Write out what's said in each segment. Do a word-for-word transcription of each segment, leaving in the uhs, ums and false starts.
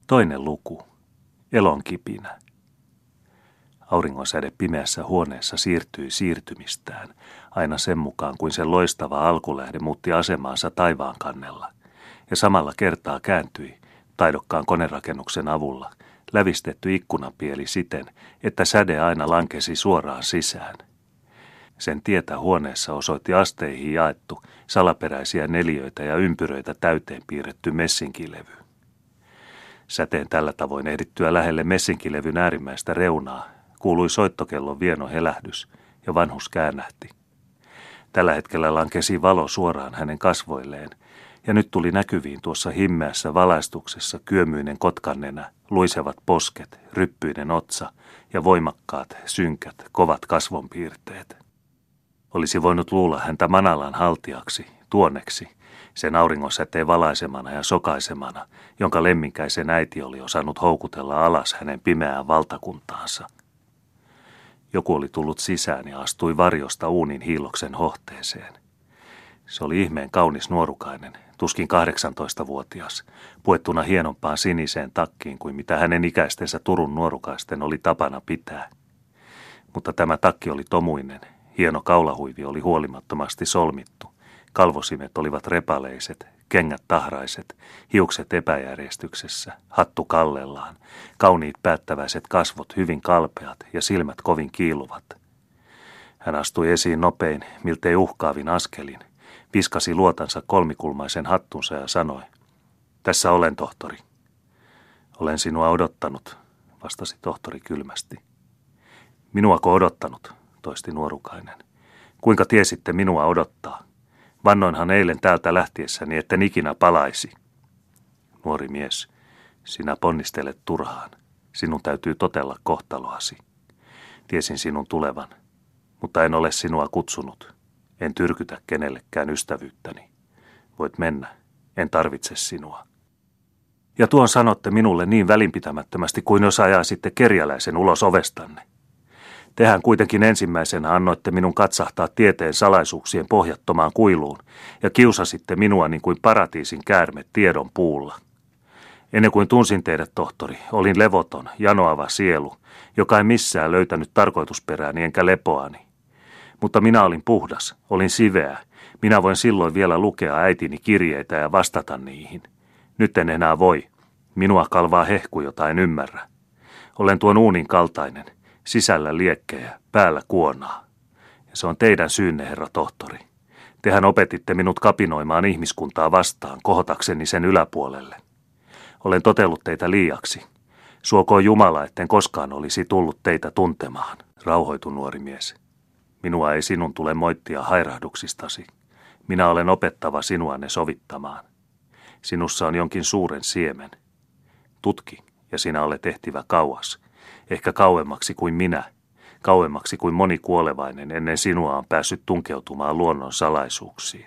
Toinen luku. Elonkipinä. Auringonsäde pimeässä huoneessa siirtyi siirtymistään, aina sen mukaan kuin sen loistava alkulähde muutti asemaansa taivaan kannella, ja samalla kertaa kääntyi, taidokkaan konerakennuksen avulla, lävistetty ikkunapieli siten, että säde aina lankesi suoraan sisään. Sen tietä huoneessa osoitti asteihin jaettu, salaperäisiä neliöitä ja ympyröitä täyteen piirretty messinkilevy. Säteen tällä tavoin ehdittyä lähelle messinkilevyn äärimmäistä reunaa kuului soittokellon vieno helähdys, ja vanhus käännähti. Tällä hetkellä lankesi valo suoraan hänen kasvoilleen, ja nyt tuli näkyviin tuossa himmeässä valaistuksessa kyömyinen kotkannenä, luisevat posket, ryppyinen otsa ja voimakkaat, synkät, kovat kasvonpiirteet. Olisi voinut luulla häntä manalan haltijaksi, tuonneksi, sen auringonsäteen valaisemana ja sokaisemana, jonka lemminkäisen äiti oli osannut houkutella alas hänen pimeään valtakuntaansa. Joku oli tullut sisään ja astui varjosta uunin hiiloksen hohteeseen. Se oli ihmeen kaunis nuorukainen, tuskin kahdeksantoistavuotias, puettuna hienompaan siniseen takkiin kuin mitä hänen ikäistensä Turun nuorukaisten oli tapana pitää. Mutta tämä takki oli tomuinen, hieno kaulahuivi oli huolimattomasti solmittu, kalvosimet olivat repaleiset, kengät tahraiset, hiukset epäjärjestyksessä, hattu kallellaan, kauniit päättäväiset kasvot hyvin kalpeat ja silmät kovin kiiluvat. Hän astui esiin nopein, miltei uhkaavin askelin, viskasi luotansa kolmikulmaisen hattunsa ja sanoi, tässä olen, tohtori. Olen sinua odottanut, vastasi tohtori kylmästi. Minuako odottanut, toisti nuorukainen. Kuinka tiesitte minua odottaa? Vannoinhan eilen täältä lähtiessäni, etten ikinä palaisi. Nuori mies, sinä ponnistelet turhaan. Sinun täytyy totella kohtaloasi. Tiesin sinun tulevan, mutta en ole sinua kutsunut. En tyrkytä kenellekään ystävyyttäni. Voit mennä, en tarvitse sinua. Ja tuon sanotte minulle niin välinpitämättömästi kuin jos ajaisitte kerjäläisen ulos ovestanne. Tehän kuitenkin ensimmäisenä annoitte minun katsahtaa tieteen salaisuuksien pohjattomaan kuiluun ja kiusasitte minua niin kuin paratiisin käärme tiedon puulla. Ennen kuin tunsin teidät, tohtori, olin levoton, janoava sielu, joka ei missään löytänyt tarkoitusperääni enkä lepoani. Mutta minä olin puhdas, olin siveä. Minä voin silloin vielä lukea äitini kirjeitä ja vastata niihin. Nyt en enää voi. Minua kalvaa hehku, jota en ymmärrä. Olen tuon uunin kaltainen. Sisällä liekkejä, päällä kuonaa. Ja se on teidän syynne, herra tohtori. Tehän opetitte minut kapinoimaan ihmiskuntaa vastaan, kohotakseni sen yläpuolelle. Olen totellut teitä liiaksi. Suokoon Jumala, etten koskaan olisi tullut teitä tuntemaan. Rauhoitu, nuori mies. Minua ei sinun tule moittia hairahduksistasi. Minä olen opettava sinua ne sovittamaan. Sinussa on jonkin suuren siemen. Tutki, ja sinä olet ehtivä kauas. Ehkä kauemmaksi kuin minä, kauemmaksi kuin moni kuolevainen ennen sinua on päässyt tunkeutumaan luonnon salaisuuksiin.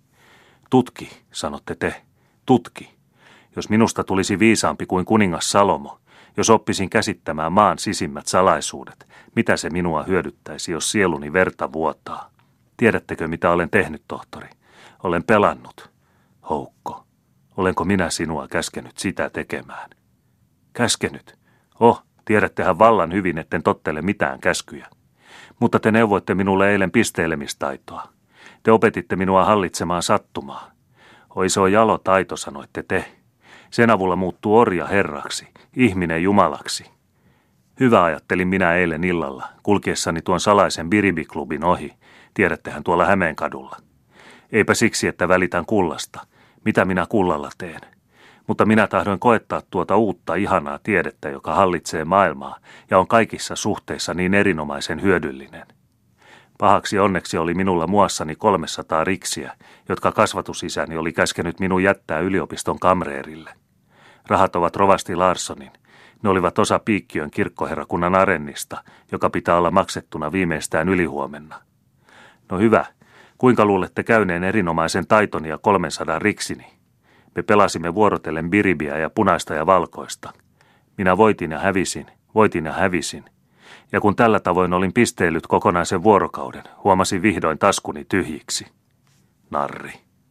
Tutki, sanotte te, tutki. Jos minusta tulisi viisaampi kuin kuningas Salomo, jos oppisin käsittämään maan sisimmät salaisuudet, mitä se minua hyödyttäisi, jos sieluni verta vuotaa? Tiedättekö, mitä olen tehnyt, tohtori? Olen pelannut. Houkko, olenko minä sinua käskenyt sitä tekemään? Käskenyt? Oh, tiedättehän vallan hyvin, etten tottele mitään käskyjä. Mutta te neuvoitte minulle eilen pisteilemistaitoa. Te opetitte minua hallitsemaan sattumaa. Oi se on jalo taito, sanoitte te. Sen avulla muuttuu orja herraksi, ihminen jumalaksi. Hyvä ajattelin minä eilen illalla, kulkiessani tuon salaisen biribiklubin ohi, tiedättehän tuolla Hämeenkadulla. Eipä siksi, että välitän kullasta. Mitä minä kullalla teen? Mutta minä tahdoin koettaa tuota uutta ihanaa tiedettä, joka hallitsee maailmaa ja on kaikissa suhteissa niin erinomaisen hyödyllinen. Pahaksi onneksi oli minulla muassani kolmesataa riksiä, jotka kasvatusisäni oli käskenyt minun jättää yliopiston kamreerille. Rahat ovat rovasti Larssonin. Ne olivat osa Piikkiön kirkkoherrakunnan arennista, joka pitää olla maksettuna viimeistään ylihuomenna. No hyvä, kuinka luulette käyneen erinomaisen taitoni ja kolmensadan riksini? Me pelasimme vuorotellen biribiä ja punaista ja valkoista. Minä voitin ja hävisin, voitin ja hävisin. Ja kun tällä tavoin olin pisteillyt kokonaisen vuorokauden, huomasin vihdoin taskuni tyhjiksi. Narri.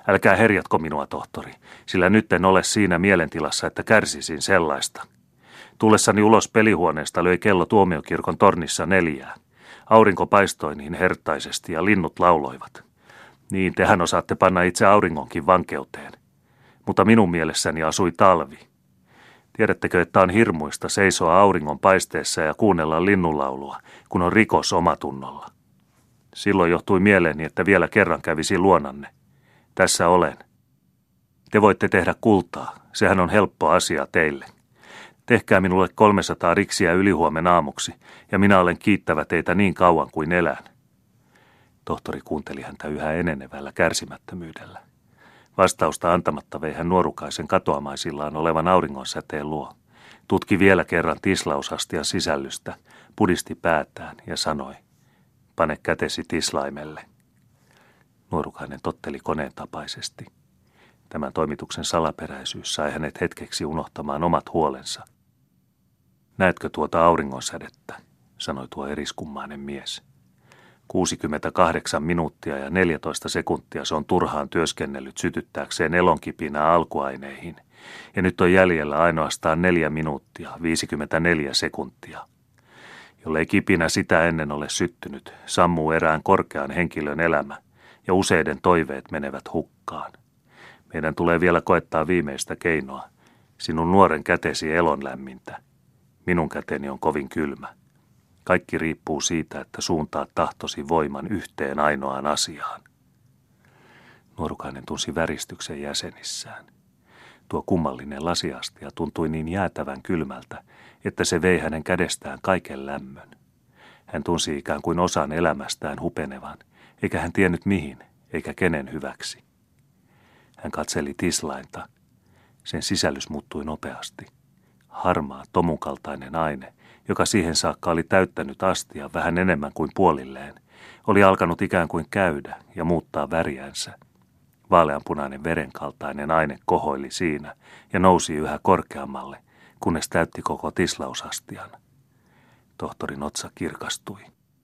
Älkää herjatko minua, tohtori, sillä nyt en ole siinä mielentilassa, että kärsisin sellaista. Tullessani ulos pelihuoneesta löi kello tuomiokirkon tornissa neljää. Aurinko paistoi niin hertaisesti ja linnut lauloivat. Niin, tehän osaatte panna itse auringonkin vankeuteen. Mutta minun mielessäni asui talvi. Tiedättekö, että on hirmuista seisoa auringon paisteessa ja kuunnella linnunlaulua, kun on rikos omatunnolla. Silloin johtui mieleeni, että vielä kerran kävisi luonanne. Tässä olen. Te voitte tehdä kultaa, sehän on helppo asia teille. Tehkää minulle kolmesataa riksiä ylihuomen aamuksi, ja minä olen kiittävä teitä niin kauan kuin elän. Tohtori kuunteli häntä yhä enenevällä kärsimättömyydellä. Vastausta antamatta vei hän nuorukaisen katoamaisillaan olevan auringonsäteen luo. Tutki vielä kerran tislausastian sisällystä, pudisti päätään ja sanoi, pane kätesi tislaimelle. Nuorukainen totteli koneen tapaisesti. Tämän toimituksen salaperäisyys sai hänet hetkeksi unohtamaan omat huolensa. Näetkö tuota auringonsädettä, sanoi tuo eriskummainen mies. kuusikymmentäkahdeksan minuuttia ja neljätoista sekuntia se on turhaan työskennellyt sytyttääkseen elonkipinää alkuaineihin, ja nyt on jäljellä ainoastaan neljä minuuttia, viisikymmentäneljä sekuntia. Jollei kipinä sitä ennen ole syttynyt, sammuu erään korkean henkilön elämä, ja useiden toiveet menevät hukkaan. Meidän tulee vielä koettaa viimeistä keinoa, sinun nuoren kätesi elonlämmintä. Minun käteni on kovin kylmä. Kaikki riippuu siitä, että suuntaat tahtosi voiman yhteen ainoaan asiaan. Nuorukainen tunsi väristyksen jäsenissään. Tuo kummallinen lasiastia tuntui niin jäätävän kylmältä, että se vei hänen kädestään kaiken lämmön. Hän tunsi ikään kuin osan elämästään hupenevan, eikä hän tiennyt mihin, eikä kenen hyväksi. Hän katseli tislainta. Sen sisällys muuttui nopeasti. Harmaa, tomunkaltainen aine, joka siihen saakka oli täyttänyt astia vähän enemmän kuin puolilleen, oli alkanut ikään kuin käydä ja muuttaa väriänsä. Vaaleanpunainen verenkaltainen aine kohoili siinä ja nousi yhä korkeammalle, kunnes täytti koko tislausastian. Tohtorin otsa kirkastui.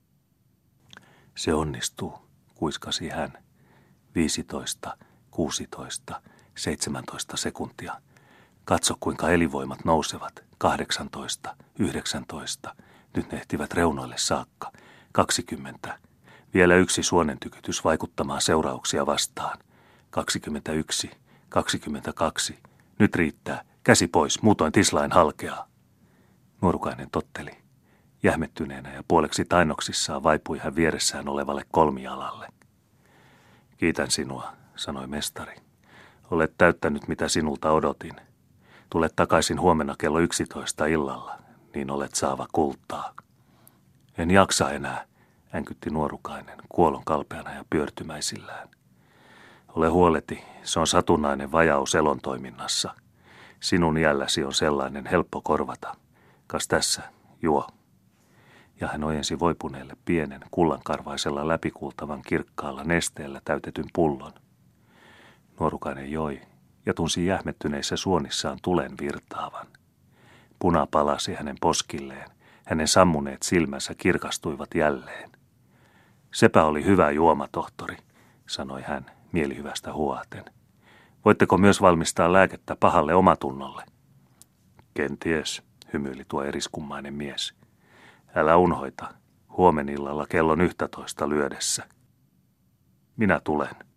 Se onnistuu, kuiskasi hän. Viisitoista, kuusitoista, seitsemäntoista sekuntia. Katso, kuinka elinvoimat nousevat. Kahdeksantoista, yhdeksäntoista. Nyt ne ehtivät reunoille saakka. Kaksikymmentä. Vielä yksi suonentykytys vaikuttamaan seurauksia vastaan. Kaksikymmentäyksi, kaksikymmentäkaksi. Nyt riittää. Käsi pois, muutoin tislain halkeaa. Nuorukainen totteli. Jähmettyneenä ja puoleksi tainnoksissaan vaipui hän vieressään olevalle kolmialalle. Kiitän sinua, sanoi mestari. Olet täyttänyt, mitä sinulta odotin. Tule takaisin huomenna kello yksitoista illalla, niin olet saava kultaa. En jaksa enää, änkytti nuorukainen, kuolon kalpeana ja pyörtymäisillään. Ole huoleti, se on satunnainen vajaus elon toiminnassa. Sinun iälläsi on sellainen helppo korvata. Kas tässä, juo. Ja hän ojensi voipuneelle pienen kullankarvaisella läpikultavan kirkkaalla nesteellä täytetyn pullon. Nuorukainen joi ja tunsi jähmettyneissä suonissaan tulen virtaavan. Puna palasi hänen poskilleen, hänen sammuneet silmänsä kirkastuivat jälleen. Sepä oli hyvä juoma, tohtori, sanoi hän mielihyvästä huoaten. Voitteko myös valmistaa lääkettä pahalle omatunnolle? Kenties, hymyili tuo eriskummainen mies. Älä unhoita, huomenillalla kellon yhtätoista lyödessä. Minä tulen.